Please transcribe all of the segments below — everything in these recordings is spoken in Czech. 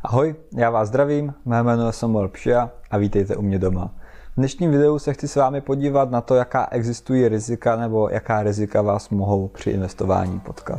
Ahoj, já vás zdravím, mé jméno je Samuel Pšia a vítejte u mě doma. V dnešním videu se chci s vámi podívat na to, jaká existují rizika nebo jaká rizika vás mohou při investování potkat.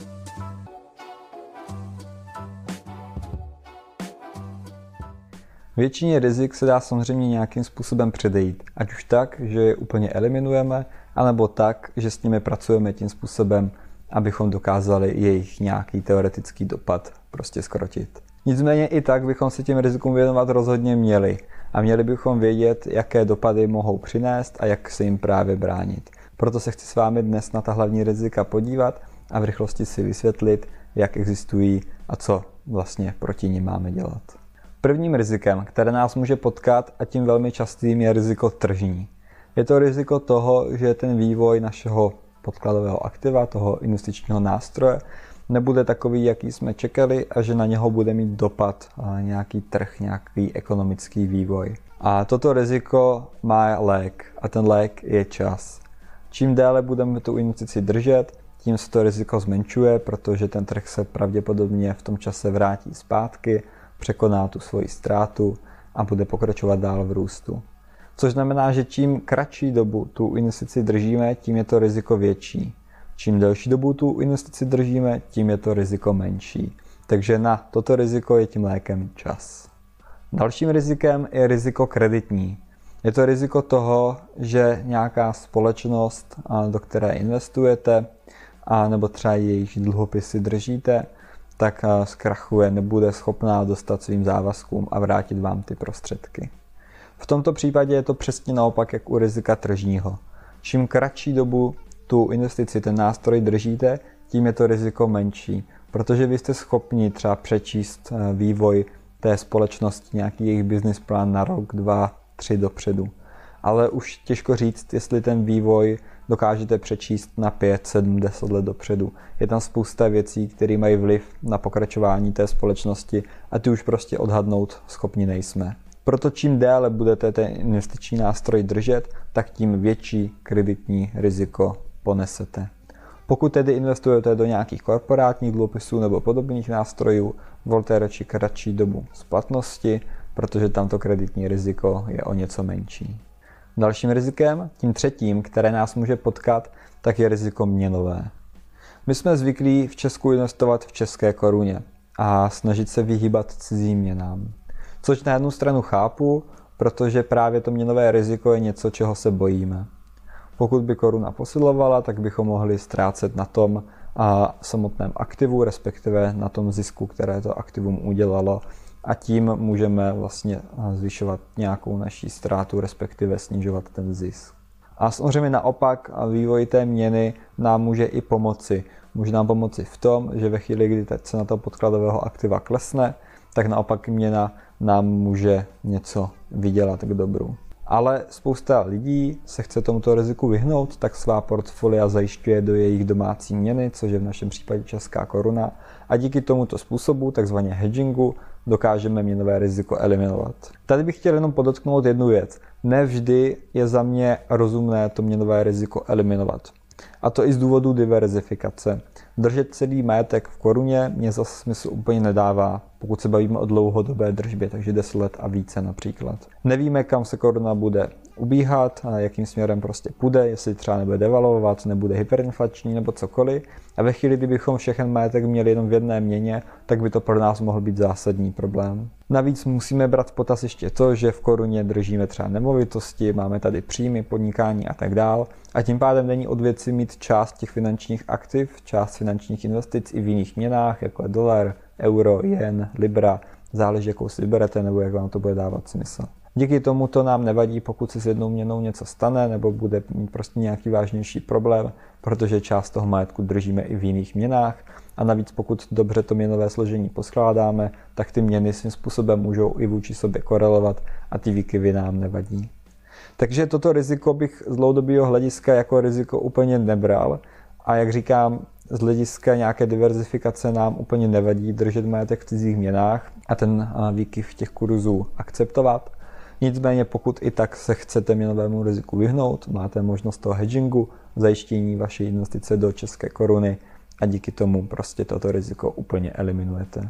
Většině rizik se dá samozřejmě nějakým způsobem předejít, ať už tak, že je úplně eliminujeme, anebo tak, že s nimi pracujeme tím způsobem, abychom dokázali jejich nějaký teoretický dopad prostě zkrotit. Nicméně i tak bychom se těm rizikům věnovat rozhodně měli a měli bychom vědět, jaké dopady mohou přinést a jak se jim právě bránit. Proto se chci s vámi dnes na ta hlavní rizika podívat a v rychlosti si vysvětlit, jak existují a co vlastně proti nim máme dělat. Prvním rizikem, které nás může potkat a tím velmi častým, je riziko tržní. Je to riziko toho, že ten vývoj našeho podkladového aktiva, toho investičního nástroje, nebude takový, jaký jsme čekali a že na něho bude mít dopad nějaký trh, nějaký ekonomický vývoj. A toto riziko má lék a ten lék je čas. Čím déle budeme tu investici držet, tím se to riziko zmenšuje, protože ten trh se pravděpodobně v tom čase vrátí zpátky, překoná tu svoji ztrátu a bude pokračovat dál v růstu. Což znamená, že čím kratší dobu tu investici držíme, tím je to riziko větší. Čím delší dobu tu investici držíme, tím je to riziko menší. Takže na toto riziko je tím lékem čas. Dalším rizikem je riziko kreditní. Je to riziko toho, že nějaká společnost, do které investujete, nebo třeba jejich dluhopisy držíte, tak zkrachuje, nebude schopná dostat svým závazkům a vrátit vám ty prostředky. V tomto případě je to přesně naopak, jak u rizika tržního. Čím kratší dobu tu investici, ten nástroj držíte, tím je to riziko menší, protože vy jste schopni třeba přečíst vývoj té společnosti, nějaký jejich business plán na rok, 2, 3 dopředu. Ale už těžko říct, jestli ten vývoj dokážete přečíst na 5, 7, 10 let dopředu. Je tam spousta věcí, které mají vliv na pokračování té společnosti a ty už prostě odhadnout schopni nejsme. Proto čím déle budete ten investiční nástroj držet, tak tím větší kreditní riziko ponesete. Pokud tedy investujete do nějakých korporátních dluhopisů nebo podobných nástrojů, volte radši kratší dobu splatnosti, protože tamto kreditní riziko je o něco menší. Dalším rizikem, tím třetím, které nás může potkat, tak je riziko měnové. My jsme zvyklí v Česku investovat v české koruně a snažit se vyhýbat cizím měnám. Což na jednu stranu chápu, protože právě to měnové riziko je něco, čeho se bojíme. Pokud by koruna posilovala, tak bychom mohli ztrácet na tom samotném aktivu, respektive na tom zisku, které to aktivum udělalo, a tím můžeme vlastně zvyšovat nějakou naší ztrátu, respektive snižovat ten zisk. A samozřejmě naopak vývoj té měny nám může i pomoci. Může nám pomoci v tom, že ve chvíli, kdy ta cena toho podkladového aktiva klesne, tak naopak měna nám může něco vydělat k dobru. Ale spousta lidí se chce tomuto riziku vyhnout, tak svá portfolia zajišťuje do jejich domácí měny, což je v našem případě česká koruna, a díky tomuto způsobu, takzvaně hedgingu, dokážeme měnové riziko eliminovat. Tady bych chtěl jenom podotknout jednu věc. Nevždy je za mě rozumné to měnové riziko eliminovat. A to i z důvodu diverzifikace. Držet celý majetek v koruně mě zase smysl úplně nedává, pokud se bavíme o dlouhodobé držbě, takže 10 let a více například. Nevíme, kam se koruna bude ubíhat, a jakým směrem prostě půjde, jestli třeba nebude devalvovat, nebude hyperinflační nebo cokoliv. A ve chvíli, kdybychom všechen majetek měli jenom v jedné měně, tak by to pro nás mohl být zásadní problém. Navíc musíme brát v potaz ještě to, že v koruně držíme třeba nemovitosti, máme tady příjmy, podnikání a tak dál. A tím pádem není od věci mít část těch finančních aktiv, část finančních investic i v jiných měnách, jako je dolar, euro, jen, libra, záleží, jakou si vyberete nebo jak vám to bude dávat smysl. Díky tomu to nám nevadí, pokud se s jednou měnou něco stane nebo bude mít prostě nějaký vážnější problém, protože část toho majetku držíme i v jiných měnách a navíc pokud dobře to měnové složení poskládáme, tak ty měny svým způsobem můžou i vůči sobě korelovat a ty výkyvy nám nevadí. Takže toto riziko bych z dlouhodobého hlediska jako riziko úplně nebral a jak říkám, z hlediska nějaké diverzifikace nám úplně nevadí držet majetek v cizích měnách a ten výkyv těch kurzů akceptovat. Nicméně pokud i tak se chcete měnovému riziku vyhnout, máte možnost toho hedgingu, zajištění vaší investice do české koruny a díky tomu prostě toto riziko úplně eliminujete.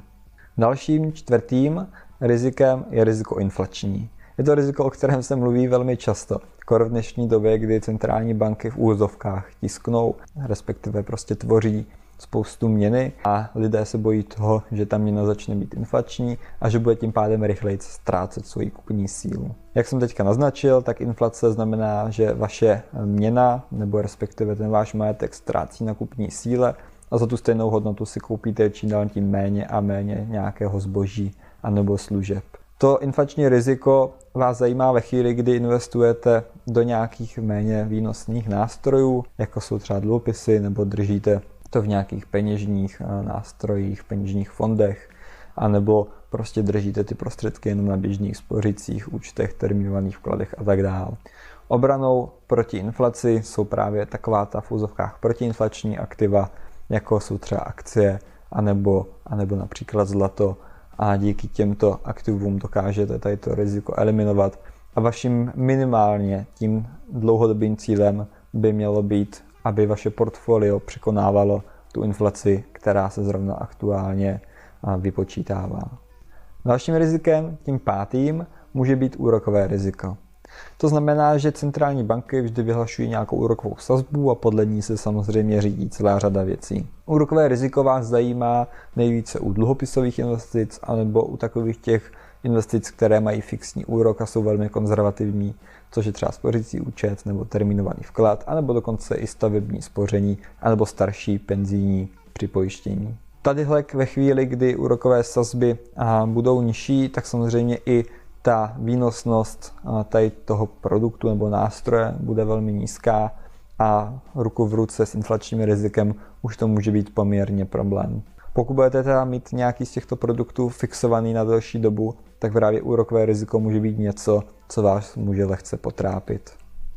Dalším čtvrtým rizikem je riziko inflační. Je to riziko, o kterém se mluví velmi často. Skoro v dnešní době, kdy centrální banky v úvozovkách tisknou, respektive prostě tvoří spoustu měny a lidé se bojí toho, že ta měna začne být inflační a že bude tím pádem rychleji ztrácet svoji kupní sílu. Jak jsem teďka naznačil, tak inflace znamená, že vaše měna nebo respektive ten váš majetek ztrácí na kupní síle a za tu stejnou hodnotu si koupíte čím dál tím méně a méně nějakého zboží anebo služeb. To inflační riziko vás zajímá ve chvíli, kdy investujete do nějakých méně výnosných nástrojů, jako jsou třeba dluhopisy, nebo držíte to v nějakých peněžních nástrojích, peněžních fondech, anebo prostě držíte ty prostředky jenom na běžných spořících účtech, termínovaných vkladech a tak dále. Obranou proti inflaci jsou právě taková ta v úzovkách protiinflační aktiva, jako jsou třeba akcie, anebo například zlato, a díky těmto aktivům dokážete tady to riziko eliminovat a vaším minimálně tím dlouhodobým cílem by mělo být, aby vaše portfolio překonávalo tu inflaci, která se zrovna aktuálně vypočítává. Dalším rizikem, tím pátým, může být úrokové riziko. To znamená, že centrální banky vždy vyhlašují nějakou úrokovou sazbu a podle ní se samozřejmě řídí celá řada věcí. Úrokové riziko vás zajímá nejvíce u dluhopisových investic anebo u takových těch investic, které mají fixní úrok a jsou velmi konzervativní, což je třeba spořící účet nebo termínovaný vklad, anebo dokonce i stavební spoření, anebo starší penzijní připojištění. Tadyhle ve chvíli, kdy úrokové sazby budou nižší, tak samozřejmě i ta výnosnost tady toho produktu nebo nástroje bude velmi nízká a ruku v ruce s inflačním rizikem už to může být poměrně problém. Pokud budete teda mít nějaký z těchto produktů fixovaný na delší dobu, tak právě úrokové riziko může být něco, co vás může lehce potrápit.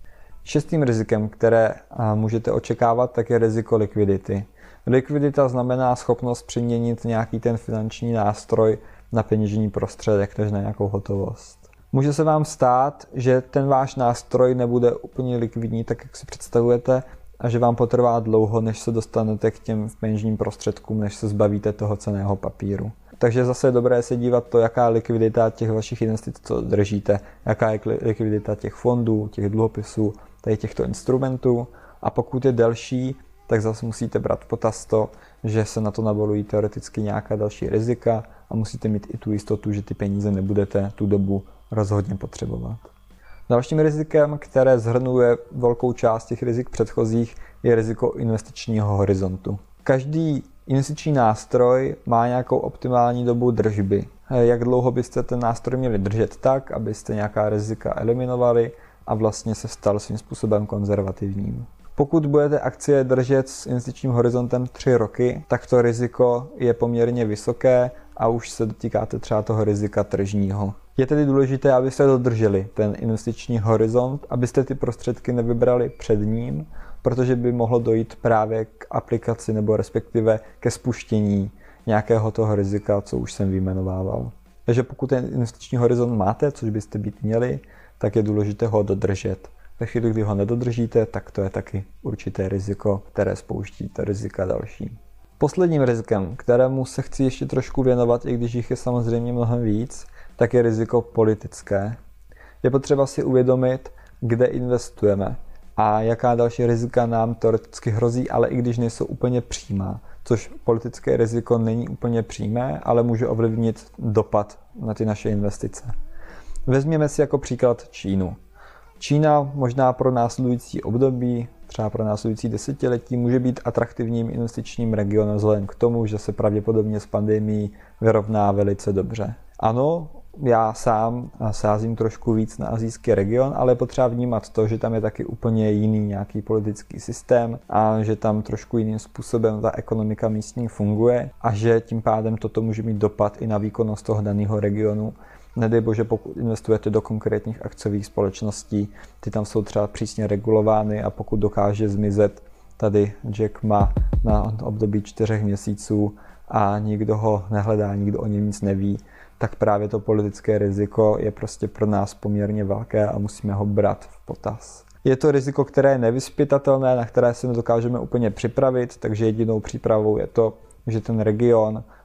Šestým rizikem, které můžete očekávat, tak je riziko likvidity. Likvidita znamená schopnost přeměnit nějaký ten finanční nástroj na peněžní prostředek než na nějakou hotovost. Může se vám stát, že ten váš nástroj nebude úplně likvidní, tak jak si představujete, a že vám potrvá dlouho, než se dostanete k těm peněžním prostředkům, než se zbavíte toho cenného papíru. Takže zase je dobré se dívat to, jaká je likvidita těch vašich investic, co držíte, jaká je likvidita těch fondů, těch dluhopisů, tady těchto instrumentů. A pokud je delší, tak zase musíte brát v potaz to, že se na to nabalují teoreticky nějaká další rizika a musíte mít i tu jistotu, že ty peníze nebudete tu dobu rozhodně potřebovat. Dalším rizikem, které shrnuje velkou část těch rizik předchozích, je riziko investičního horizontu. Každý investiční nástroj má nějakou optimální dobu držby. Jak dlouho byste ten nástroj měli držet tak, abyste nějaká rizika eliminovali a vlastně se stal svým způsobem konzervativním. Pokud budete akcie držet s investičním horizontem 3 roky, tak to riziko je poměrně vysoké a už se dotýkáte třeba toho rizika tržního. Je tedy důležité, abyste dodrželi ten investiční horizont, abyste ty prostředky nevybrali před ním, protože by mohlo dojít právě k aplikaci nebo respektive ke spuštění nějakého toho rizika, co už jsem vyjmenovával. Takže pokud ten investiční horizont máte, což byste být měli, tak je důležité ho dodržet. Ve chvíli, kdy ho nedodržíte, tak to je taky určité riziko, které spouštíte rizika další. Posledním rizikem, kterému se chci ještě trošku věnovat, i když jich je samozřejmě mnohem víc, tak je riziko politické. Je potřeba si uvědomit, kde investujeme a jaká další rizika nám teoreticky hrozí, ale i když nejsou úplně přímá, což politické riziko není úplně přímé, ale může ovlivnit dopad na ty naše investice. Vezměme si jako příklad Čínu. Čína možná pro následující období, třeba pro následující desetiletí, může být atraktivním investičním regionem vzhledem k tomu, že se pravděpodobně s pandemií vyrovná velice dobře. Ano, já sám sázím trošku víc na asijský region, ale je potřeba vnímat to, že tam je taky úplně jiný nějaký politický systém a že tam trošku jiným způsobem ta ekonomika místní funguje a že tím pádem toto může mít dopad i na výkonnost toho daného regionu. Nedej bože, pokud investujete do konkrétních akciových společností, ty tam jsou třeba přísně regulovány a pokud dokáže zmizet tady Jack Ma na období 4 měsíců a nikdo ho nehledá, nikdo o něm nic neví, tak právě to politické riziko je prostě pro nás poměrně velké a musíme ho brát v potaz. Je to riziko, které je nevyzpytatelné, na které se nedokážeme úplně připravit, takže jedinou přípravou je to, že ten region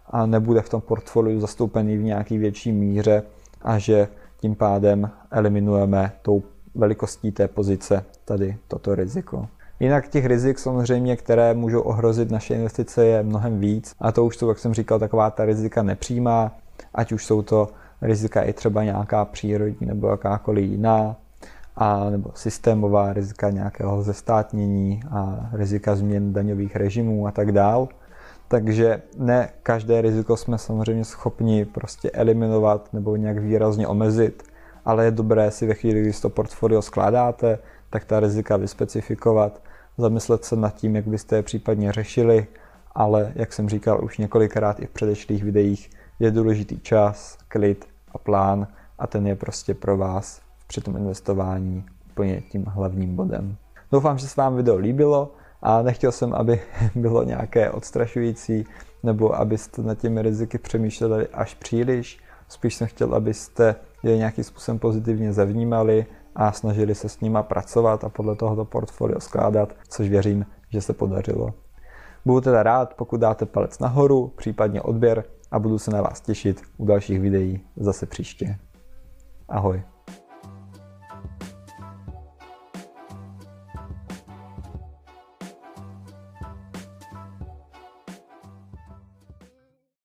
a nebude v tom portfoliu zastoupený v nějaký větší míře a že tím pádem eliminujeme tou velikostí té pozice tady toto riziko. Jinak těch rizik samozřejmě, které můžou ohrozit naše investice, je mnohem víc a to už jsou, jak jsem říkal, taková ta rizika nepřímá, ať už jsou to rizika i třeba nějaká přírodní nebo jakákoliv jiná, a nebo systémová rizika nějakého zestátnění a rizika změn daňových režimů a tak dál. Takže ne každé riziko jsme samozřejmě schopni prostě eliminovat nebo nějak výrazně omezit, ale je dobré si ve chvíli, kdy to portfolio skládáte, tak ta rizika vyspecifikovat, zamyslet se nad tím, jak byste je případně řešili, ale jak jsem říkal už několikrát i v předešlých videích, je důležitý čas, klid a plán a ten je prostě pro vás při tom investování úplně tím hlavním bodem. Doufám, že se vám video líbilo a nechtěl jsem, aby bylo nějaké odstrašující nebo abyste nad těmi riziky přemýšleli až příliš. Spíš jsem chtěl, abyste je nějakým způsobem pozitivně zavnímali a snažili se s nima pracovat a podle tohoto portfolio skládat, což věřím, že se podařilo. Budu teda rád, pokud dáte palec nahoru, případně odběr a budu se na vás těšit u dalších videí zase příště. Ahoj.